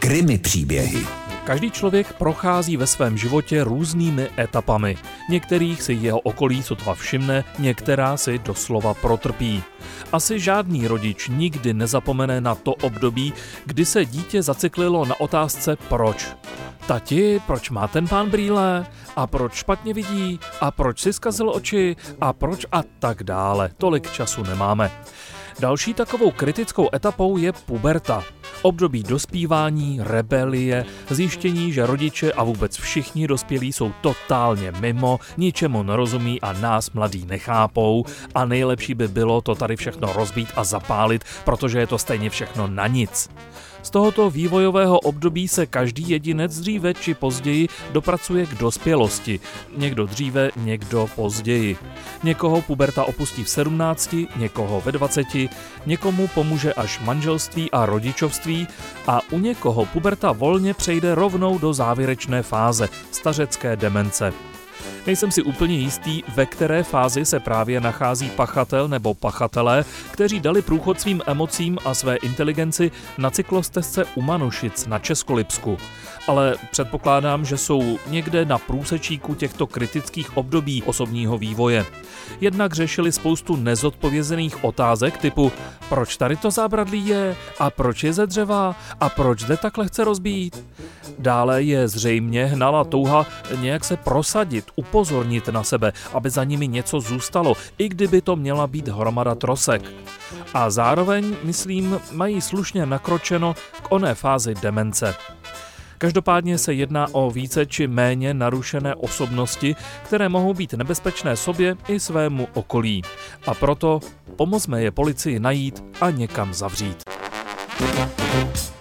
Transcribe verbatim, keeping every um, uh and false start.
Krimi příběhy. Každý člověk prochází ve svém životě různými etapami. Některých si jeho okolí sotva všimne, některá si doslova protrpí. Asi žádný rodič nikdy nezapomene na to období, kdy se dítě zacyklilo na otázce proč. Tati, proč má ten pán brýle? A proč špatně vidí? A proč si zkazil oči? A proč a tak dále? Tolik času nemáme. Další takovou kritickou etapou je puberta. Období dospívání, rebelie, zjištění, že rodiče a vůbec všichni dospělí jsou totálně mimo, ničemu nerozumí a nás mladí nechápou a nejlepší by bylo to tady všechno rozbít a zapálit, protože je to stejně všechno na nic. Z tohoto vývojového období se každý jedinec dříve či později dopracuje k dospělosti. Někdo dříve, někdo později. Někoho puberta opustí v sedmnácti, někoho ve dvaceti, někomu pomůže až manželství a rodičovství a u někoho puberta volně přejde rovnou do závěrečné fáze, stařecké demence. Nejsem si úplně jistý, ve které fázi se právě nachází pachatel nebo pachatelé, kteří dali průchod svým emocím a své inteligenci na cyklostezce u Manušic na Českolipsku. Ale předpokládám, že jsou někde na průsečíku těchto kritických období osobního vývoje. Jednak řešili spoustu nezodpovězených otázek typu proč tady to zábradlí je a proč je ze dřeva a proč jde takhle chce rozbít. Dále je zřejmě hnala touha nějak se prosadit, upozornit na sebe, aby za nimi něco zůstalo, i kdyby to měla být hromada trosek. A zároveň, myslím, mají slušně nakročeno k oné fázi demence. Každopádně se jedná o více či méně narušené osobnosti, které mohou být nebezpečné sobě i svému okolí. A proto pomozme je policii najít a někam zavřít.